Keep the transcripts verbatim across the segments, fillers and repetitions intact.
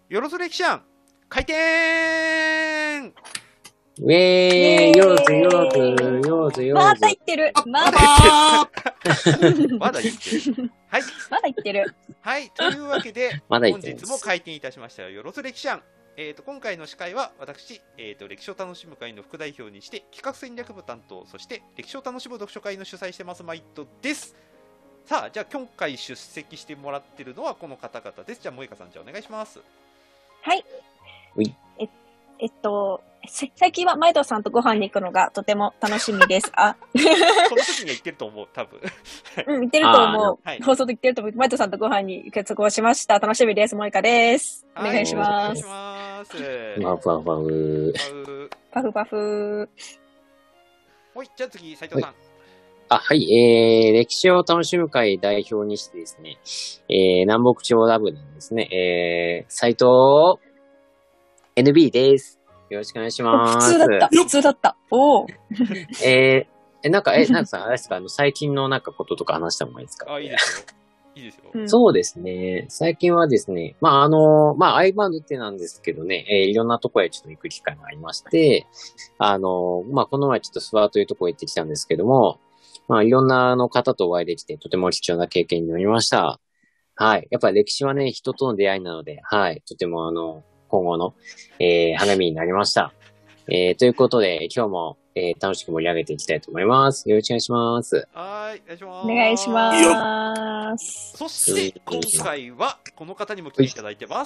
よろず歴史案開店。 ウェーイ、よーずよーず、よーずよーず。 まだ言ってる。まだ言ってる。まだ言ってる。はい。 まだ言ってる。 はい。というわけで、 まだ言本ってます日も開店いたしましたよろず歴史案。えーと、今回の司会は私、えーと、歴史を楽しむ会の副代表にして、企画戦略部担当、そして歴史を楽しむ読書会の主催してますマイトです。さあ、じゃあ今回出席してもらってるのはこの方々です。じゃあ、萌香さん、じゃあお願いします。 はい。 ういえ、えっと、最近はマイトさんとご飯に行くのがとても楽しみです。あ、 その時には言ってると思う、多分。 うん、言ってると思う。 はい、 放送で言ってると思う。マイトさんとご飯に結合しました。楽しみです。萌香です。お願いします。 お願いします。 パフパフパフ。 パフパフ。 はい、じゃあ次、斉藤さん。 あ、はい、えー、歴史を楽しむ会代表にしてですね、えー、南北朝ラブのですね、えー、斉藤 エヌビー です。よろしくお願いします。 普通だった。普通だった。おー。 えー、え、なんか、え、なんかさ、あれですか、あの、最近のなんかこととか話した方がいいですか？ あ、いいですよ。いいですよ。 うん、 そうですね。最近はですね、まあ、あの、まあ、合間縫ってなんですけどね、えー、いろんなとこへちょっと行く機会がありまして、あの、まあ、この前ちょっと諏訪というとこへ行ってきたんですけども、まあ、いろんなあの方とお会いできて、とても貴重な経験になりました。はい。やっぱり歴史はね、人との出会いなので、はい。とてもあの、今後の、えー、励みになりました。えー、ということで、今日も、えー、楽しく盛り上げていきたいと思います。よろしくお願いします。 はい、お願いします。お願いします。 そして、今回は、この方にも来ていただいてます。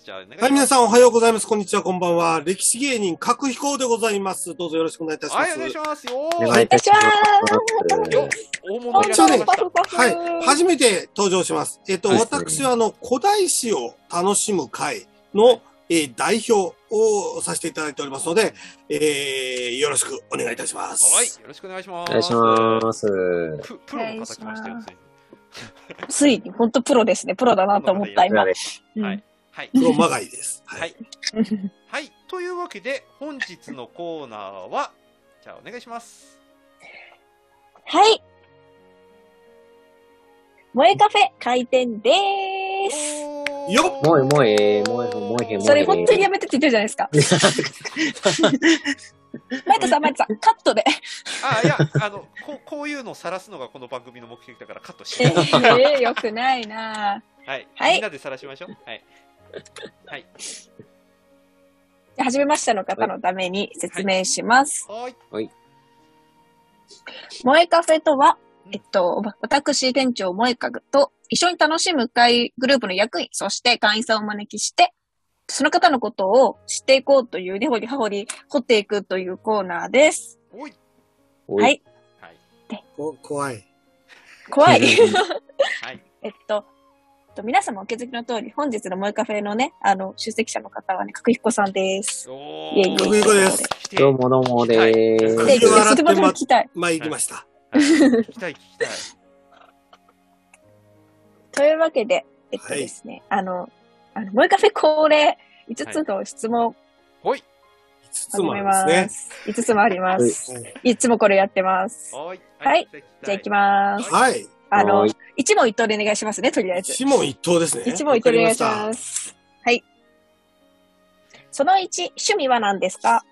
じゃあ、お願いします。 はい、皆さんおはようございます。こんにちは、こんばんは。歴史芸人、角飛行でございます。どうぞよろしくお願いいたします。 はい、お願いしますよ。 お願いいたします。 よ大物いらっしゃいました。 はい、初めて登場します。えっと、私はあの、古代史を楽しむ会の、えー、代表をさせていただいておりますので、えー、よろしくお願いいたします。 はい、よろしくお願いします。 お願いします。 プ, プロの方来ましたよ、 ついに、本当プロですね。プロだなと思った、今。はい。 はい。 プロまがいです。 はい。はい。というわけで、本日のコーナーは、じゃあお願いします。 はい。萌えカフェ開店でーす。 よっもえもえ、もえもえもえ。 それ本当にやめてって言ってるじゃないですか。マイトさん、マイトさん、カットで。 あ、いや、あの、こう、こういうのを晒すのがこの番組の目的だからカットして。 えー、よくないなはい。 はい。 みんなで晒しましょう。はい。はい。 はじめましての方のために説明します。 はい。 はい。 萌えカフェとは、えっと、私、店長萌えかぐと一緒に楽しむ会グループの役員、そして会員さんをお招きして、その方のことを知っていこうという、ねほりはほり掘っていくというコーナーです。 おい。 はい。 はい。 でこ怖い。 怖い。 はい。 えっと、皆様お気づきの通り、本日の萌えカフェのね、あの、出席者の方はね、角彦さんです。 おー。いえいえ。 角彦です。 どうもどうもでーす。 角彦笑ってま、 聞きたい。 まあ、行きました。 聞きたい、聞きたい。 というわけで、えっとですね、はい、あの、あの、萌えカフェ恒例、いつつの質問。 はい。いつつもありますね。 いつつもあります。いつもこれやってます。 はい。 はい。じゃあ行きます。 はい。 あの、一問一答でお願いしますね、とりあえず。 一問一答ですね。 一問一答でお願いします。はい。そのいち、趣味は何ですか？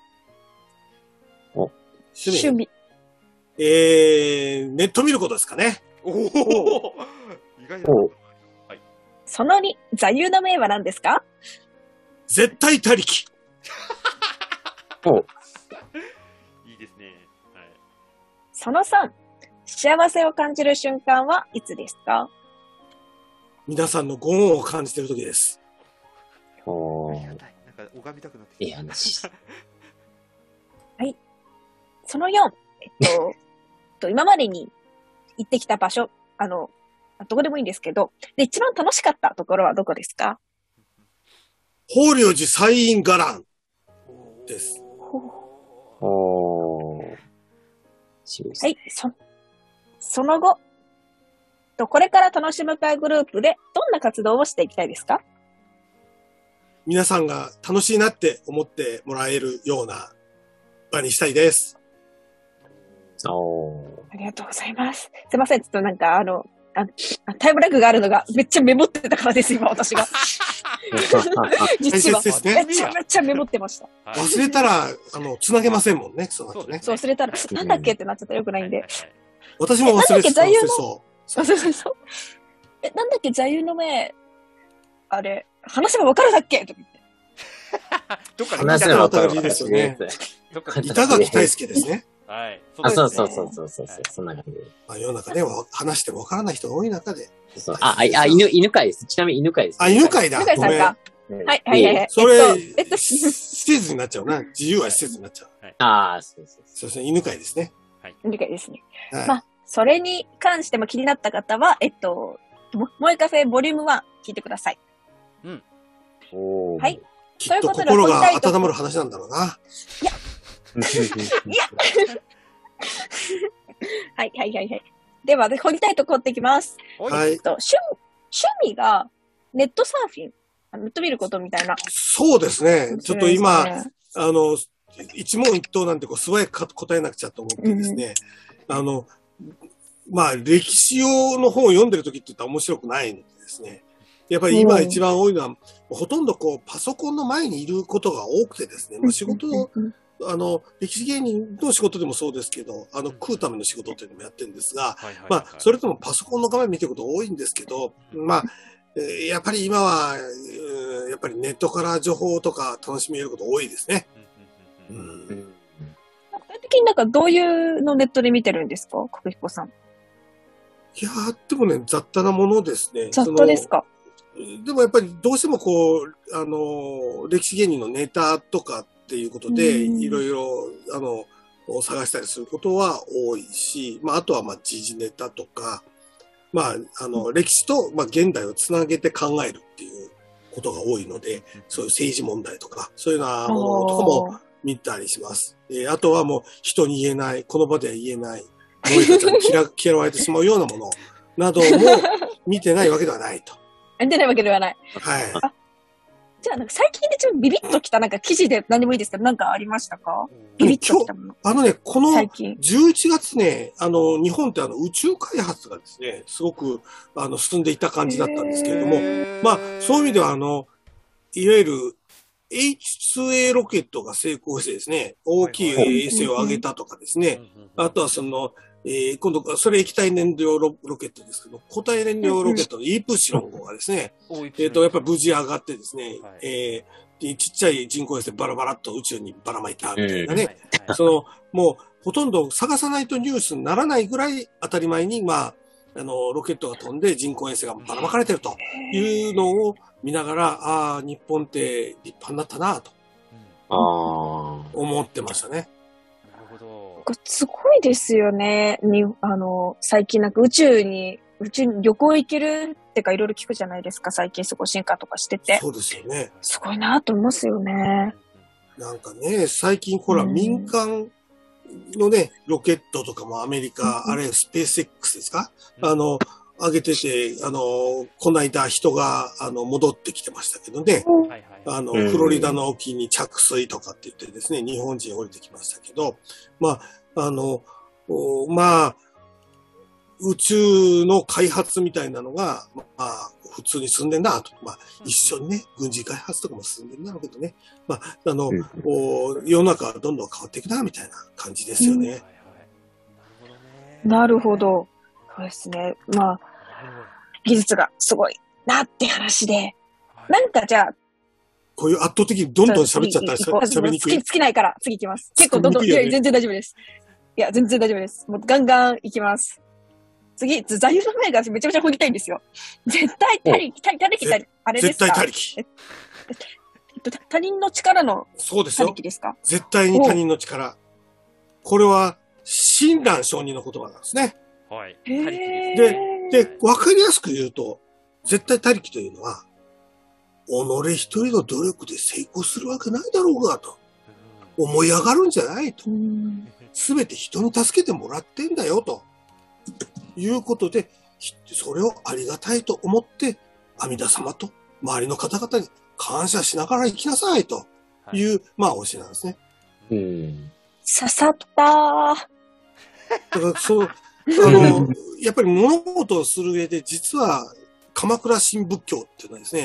お、趣味。 趣味。 えー、ネット見ることですかね。 おお。意外だ。はい。 そのに、座右の銘は何ですか？ 絶対他力。 お。 いいですね。はい。 そのさん、幸せを感じる瞬間はいつですか？ 皆さんのご恩を感じている時です。 おー。 なんか拝みたくなってきた。 いい話。 はい。そのよん、えっと、と今までに行ってきた場所、あの、どこでもいいんですけど、で、一番楽しかったところはどこですか？ 法隆寺西院伽藍です。 おー。 はい、そ、その後、とこれから楽しむ会グループでどんな活動をしていきたいですか？ 皆さんが楽しいなって思ってもらえるような場にしたいです。 おー。 ありがとうございます。すいません、ちょっとなんかあの、あタイムラグがあるのがめっちゃメモってたからです、今私が。 実は大切ですねめちゃめちゃメモってました。 はい忘れたら、あの、つなげませんもんね、その後ね。 そう、忘れたら、なんだっけってなっちゃったらよくないんで。 私も忘れてた、忘れえなんだっけ座右のそそうそうそう。え、なんだっけ、座右の銘、あれ、話せばわかるだっけとか言って。 どっかで話せばわかるいいですよねどっかでう。板垣大輔ですね。 はい。 あ、そうですねそうそうそうそうそう、そんな感じで。 まあ、世の中ね、わ話してもわからない人が多い中で。 そうあ、あ、あ犬、犬飼です。ちなみに犬飼です。 あ、犬飼だ。 向井さんか。 ごめん。 はいはいはいはいはい。 それ、 えっと、えっと、 施設になっちゃうな。自由は施設になっちゃう。 ああ、そうそうそうですね、犬飼ですね。 理解ですね。 はい。 まあ、それに関しても気になった方は、えっと、も萌えカフェボリュームワン聞いてください。 そう。おーはい。 きっと心が温まる話なんだろうな。 はいはいはいはい。では、掘りたいとこっていきます。 はい。 はいえっ。と、趣味、趣味がネットサーフィン、あネット見ることみたいな。 そうですね。ちょっと今、 そうですねあの、一問一答なんてこう素早く答えなくちゃと思ってですね、あの、まあ、歴史用の本を読んでる時って言ったら面白くないのでですね、やっぱり今一番多いのは、ほとんどこう、パソコンの前にいることが多くてですね、まあ、仕事を、あの、歴史芸人の仕事でもそうですけど、あの、食うための仕事っていうのもやってるんですが、 はいはいはいまあ、それともパソコンの画面見てること多いんですけど、まあ、えーやっぱり今は、うんやっぱりネットから情報とか楽しめること多いですね。 うんうんうんうんうんうん具体的になんかどういうのネットで見てるんですか国彦さん。 いやー、でもね、雑多なものですね。 ざっとですかそのでもやっぱりどうしてもこう、あの、歴史芸人のネタとかっていうことで、 うんいろいろ、あの、探したりすることは多いし、まあ、あとはまあ、時事ネタとか、まあ、あの、歴史と、まあ、現代をつなげて考えるっていうことが多いので、そういう政治問題とか、そういうようなものとかも見たりします。えーあとはもう人に言えない、この場では言えない、萌香ちゃんに嫌嫌われてしまうようなものなども見てないわけではないと。 見てないわけではない。 はい。 じゃあ、なんか最近でちょっとビビッときたなんか記事で何もいいですけど、なんかありましたかビビッときたもの。 あのね、この最近。 じゅういちがつね、あの、日本ってあの宇宙開発がですね、すごくあの進んでいた感じだったんですけれども、まあ、そういう意味ではあの、いわゆる エイチツーエー ロケットが成功してですね、大きい衛星を上げたとかですね、あとはその、えー、今度、それ液体燃料ロロケットですけど、固体燃料ロケットのイープシロン号がですね、えっと、やっぱり無事上がってですね、 はいえーでちっちゃい人工衛星バラバラっと宇宙にばらまいたみたいなね、 はいはいその、もう、ほとんど探さないとニュースにならないぐらい当たり前に、まあ、あの、ロケットが飛んで人工衛星がばらまかれてるというのを見ながら、ああ、日本って立派になったなとああ。 思ってましたね。 なるほど。 これすごいですよね。に、あの、最近なんか宇宙に、宇宙に旅行行けるってかいろいろ聞くじゃないですか。最近すごい進化とかしてて。 そうですよね。 すごいなと思いますよね。 なんかね、最近ほら、 うん民間のね、ロケットとかもアメリカ、 うんあれ、スペース X ですか、 うんあの、上げてて、あの、この間人が、あの、戻ってきてましたけどね。 はいはい。 あの、 うんフロリダの沖に着水とかって言ってですね、日本人降りてきましたけど、まあ、あの、おまあ、宇宙の開発みたいなのが、まあ、普通に進んでんなと。まあ、一緒にね、軍事開発とかも進んでるんだろうけどね。まあ、あの、 うんお世の中はどんどん変わっていくな、みたいな感じですよね。 はいはい。ななるるほどね。 ほど。そうですね。まあ、技術がすごいなって話で。 はいなんかじゃあ、 こういう圧倒的にどんどん喋っちゃったらしゃ喋りにくい好き、。好きないから、次行きます。結構どんどん、 突っ込みにくいよねいや、全然大丈夫です。いや、全然大丈夫です。もうガンガン行きます。次、座右の銘がめちゃめちゃ掘りたいんですよ。絶対他力、他他力ってあれですか絶対他力。 えっと、他人の力のそうですよ他力。ですか絶対に他人の力。これは、親鸞上人の言葉なんですね。 はい。 へー他力で、で、わかりやすく言うと、絶対他力というのは、己一人の努力で成功するわけないだろうが、と。思い上がるんじゃないと。 うんすべて人に助けてもらってんだよ、と。いうことで、ひそれをありがたいと思って、阿弥陀様と周りの方々に感謝しながら生きなさい、という、まあ、教えなんですね。 うん。 刺さったー。 だから、そう、あの、やっぱり物事をする上で、実は、鎌倉新仏教っていうのはですね、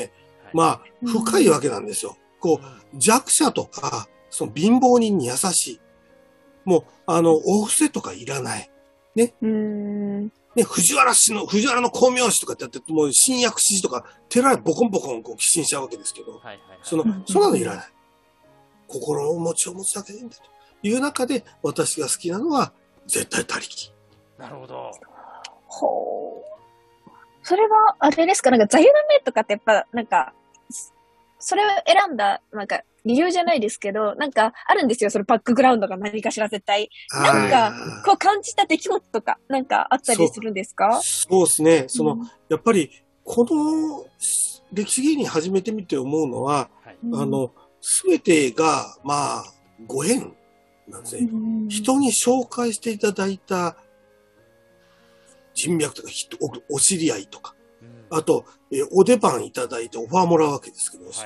まあ、深いわけなんですよ。こう、弱者とか、その貧乏人に優しい。もう、あの、お布施とかいらない。ね。 うん。 ね、藤原氏の、藤原の光明氏とかってやって、もう新薬師とか、寺でボコンボコンこう寄進しちゃうわけですけど、 はいはいはい、 その、そんなのいらない。心の持ちを持つだけでいいんだという中で、私が好きなのは、絶対他力。 なるほど。 ほう。それは、あれですか、なんか座右の銘とかってやっぱ、なんか、それを選んだ、なんか、理由じゃないですけど、なんか、あるんですよ、そのバックグラウンドが何かしら絶対。なんか、こう感じた出来事とか、なんかあったりするんですか？ そうですね。その、うん、やっぱり、この歴史芸人始めてみて思うのは、はい、あの、すべてが、まあ、ご縁なんですね。うん、人に紹介していただいた人脈とか、お、お知り合いとか、あと、えー、お出番いただいてオファーもらうわけですけど、はい、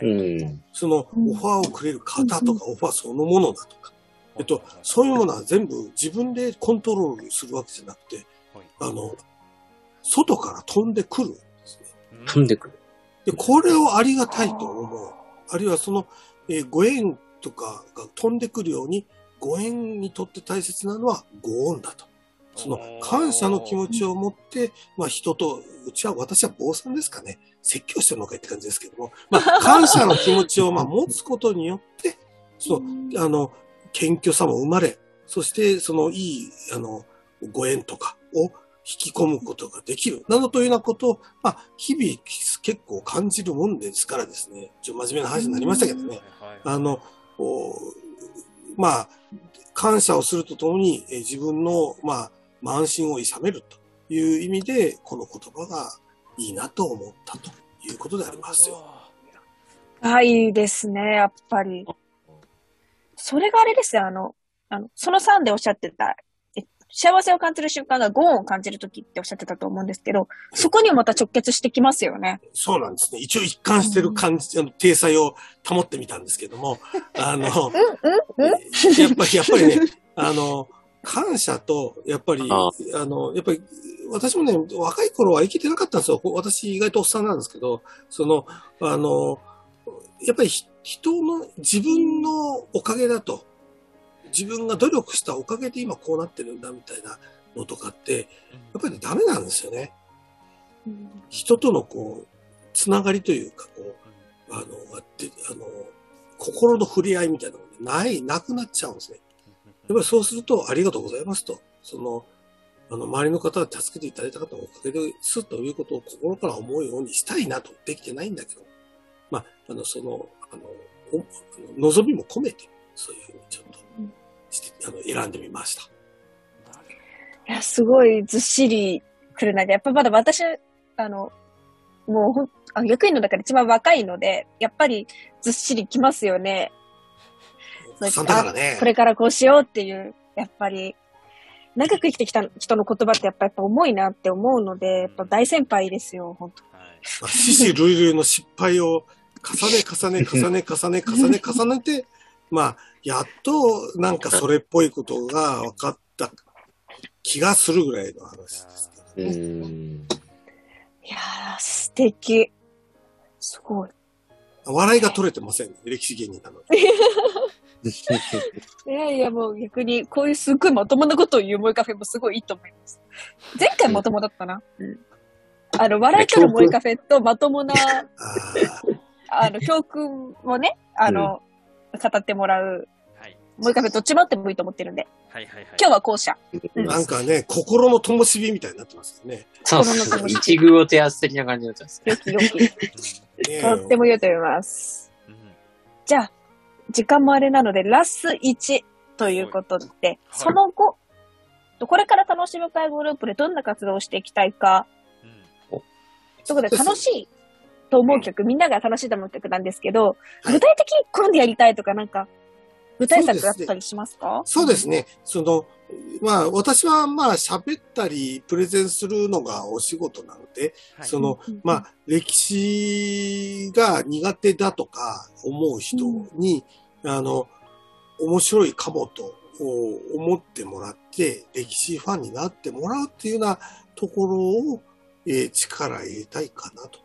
そのオファーをくれる方とか、オファーそのものだとか、えっと、そういうものは全部自分でコントロールするわけじゃなくて、あの、外から飛んでくるんですね。 飛んでくる。 で、これをありがたいと思う。あるいはその、えー、ご縁とかが飛んでくるように、ご縁にとって大切なのはご恩だと。その感謝の気持ちを持って、まあ人と、うちは私は坊さんですかね。説教してるのかって感じですけども、まあ感謝の気持ちをまあ持つことによって、その、あの、謙虚さも生まれ、そしてそのいい、あの、ご縁とかを引き込むことができる。などというようなことを、まあ日々結構感じるもんですからですね。ちょっと真面目な話になりましたけどね。あの、まあ、感謝をするとともに、え自分の、まあ、慢心を諌めるという意味で、この言葉がいいなと思ったということでありますよ。 はい、いいですね、やっぱり。それがあれですよ、あの、あの、そのさんでおっしゃってた、幸せを感じる瞬間がご恩を感じるときっておっしゃってたと思うんですけど、そこにもまた直結してきますよね。 そうなんですね。一応一貫してる感じ、うん、あの、体裁を保ってみたんですけども、あの、うんうんうん、やっぱり、やっぱりね、あの、感謝と、やっぱり、あ, あの、やっぱり、私もね、若い頃は生きてなかったんですよ。私意外とおっさんなんですけど、その、あの、やっぱり人の、自分のおかげだと、自分が努力したおかげで今こうなってるんだみたいなのとかって、やっぱり、ね、ダメなんですよね。うん、人とのこう、つながりというか、こう、あの、あの、心の触れ合いみたいなのがない、なくなっちゃうんですね。やっぱりそうすると、ありがとうございますと。その、あの、周りの方が助けていただいた方のおかげですということを心から思うようにしたいなと。できてないんだけど。まあ、あの、その、あの、望みも込めて、そういうふうにちょっとして、あの、選んでみました。 いや、すごいずっしりくるな。やっぱまだ私、あの、もうほん、あ、役員の中で一番若いので、やっぱりずっしりきますよね。 そうだからね。 これからこうしようっていう、やっぱり、長く生きてきた人の言葉ってやっぱやっぱ重いなって思うので、やっぱ大先輩ですよ、本当に。 はい、死死類類の失敗を重ね重ね重ね重ね重ね重ねて、まあ、やっとなんかそれっぽいことが分かった気がするぐらいの話ですけど、ね。うん。 いやー、素敵。すごい。 笑いが取れてませんね、歴史芸人なので。 いやいや、もう逆に、こういうすっごいまともなことを言う萌えカフェもすごいいいと思います。前回まともだったな。うん、あの、笑いとる萌えカフェとまともな、あの、教訓もね、あの、うん、語ってもらう、萌えカフェどっちもあってもいいと思ってるんで。はいはいはい、今日は後者。 うん、なんかね、心の灯火みたいになってますよね。 そうそう。一遇を手厚的な感じになってます。 よきよき。とってもいいと思います。うん、じゃあ、時間もあれなので、ラスいちということで、はい、その後、これから楽しむ会グループでどんな活動をしていきたいか、うん、ということで、楽しいと思う曲、うん、みんなが楽しいと思う曲なんですけど、はい、具体的に今度やりたいとか、なんか、具体策だったりしますか？ そうですね。その、まあ、私はまあ、喋ったり、プレゼンするのがお仕事なので、はい、その、まあ、歴史が苦手だとか思う人に、うん、あの、面白いかもと思ってもらって、歴史ファンになってもらうっていうようなところを、えー、力入れたいかなと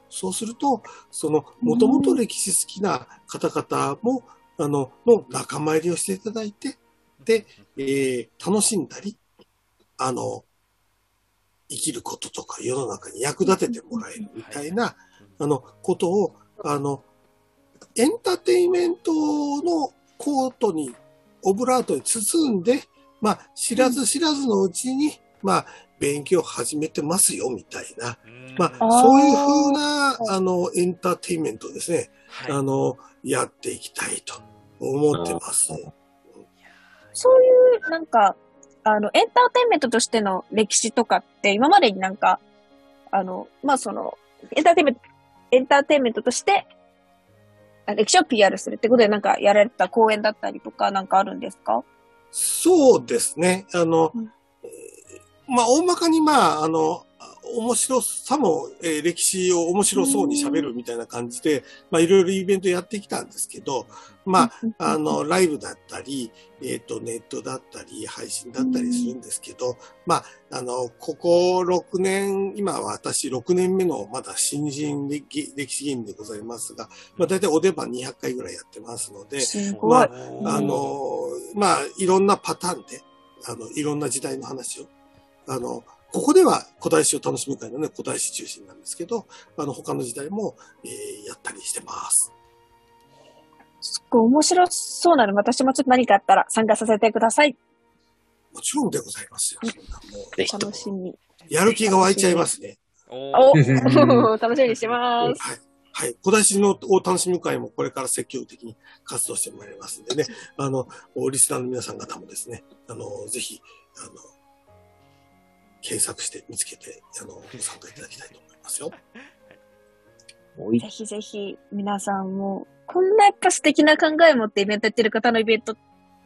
そうすると、その、もともと歴史好きな方々も、あの、の仲間入りをしていただいて、で、えー、楽しんだり、あの、生きることとか世の中に役立ててもらえるみたいな、あの、ことを、あの、エンターテインメントのコートに、オブラートに包んで、まあ、知らず知らずのうちに、まあ、勉強を始めてますよ、みたいな。まあ、そういう風な、あの、エンターテインメントをですね、はい、あの、やっていきたいと思ってます。 そういう、なんか、あの、エンターテインメントとしての歴史とかって、今までになんか、あの、まあ、その、エンターテインメント、エンターテインメントとして、歴史を ピーアール するってことでなんかやられた講演だったりとかなんかあるんですか？ そうですね。あの、うん、まあ、大まかにまあ、あの、面白さも、えー、歴史を面白そうに喋るみたいな感じで、まあ、いろいろイベントやってきたんですけど、まあ、あの、ライブだったり、えっと、ネットだったり、配信だったりするんですけど、まあ、あの、こころくねん、今は私ろくねんめのまだ新人歴史芸人でございますが、まあ、大体お出番にひゃっかいぐらいやってますので、まあ、あの、まあ、いろんなパターンで、あの、いろんな時代の話を、あの、ここでは古代史を楽しむ会のね、古代史中心なんですけど、あの、他の時代も、えー、やったりしてます。 すっごい面白そうなの。私もちょっと何かあったら参加させてください。 もちろんでございますよ。そんなもう楽しみ。 やる気が湧いちゃいますね。 お楽しみにしてます。 はい。はい。古代史のを楽しむ会もこれから積極的に活動してまいりますんでね。あの、リスナーの皆さん方もですね、あの、ぜひ、あの、検索して見つけて、あの、ご参加いただきたいと思いますよ。 ぜひぜひ、皆さんも、こんなやっぱ素敵な考えを持ってイベントやってる方のイベントって、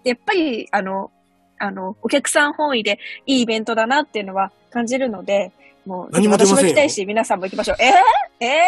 やっぱり、あの、あの、お客さん本位でいいイベントだなっていうのは感じるので、もう、 何も出ませんよ。 私も行きたいし、皆さんも行きましょう。えー、え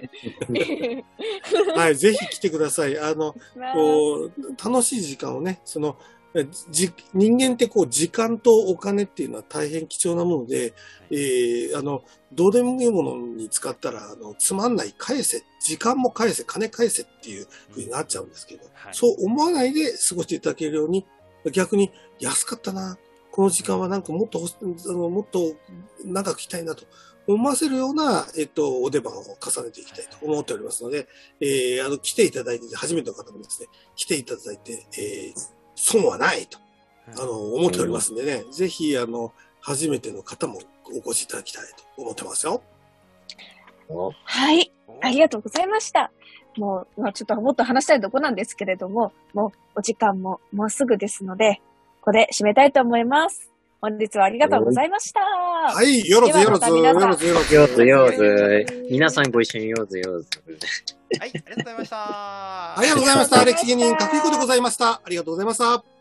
ー、はい、ぜひ来てください。あの、こう、楽しい時間をね、その、じ人間ってこう時間とお金っていうのは大変貴重なもので、えー、あの、どうでもいいものに使ったら、あの、つまんない、返せ、時間も返せ、金返せっていう風になっちゃうんですけど、はい、そう思わないで過ごしていただけるように、逆に安かったな、この時間はなんかもっと、あの、もっと長く来たいなと思わせるような、えっと、お出番を重ねていきたいと思っておりますので、えー、あの、来ていただいて、初めての方もですね、来ていただいて、えー損はないと、あの、思っておりますんでね、うん、ぜひ、あの、初めての方もお越しいただきたいと思ってますよ。 はい。ありがとうございました。もう、まあ、ちょっともっと話したいとこなんですけれども、もう、お時間ももうすぐですので、ここで締めたいと思います。本日はありがとうございました。 はい、よろずよろず、よろずよろず、 よろずよろず、皆さんご一緒によろずよろず。 はい、ありがとうございました。 ありがとうございました。歴史芸人、かくいこでございました。ありがとうございました。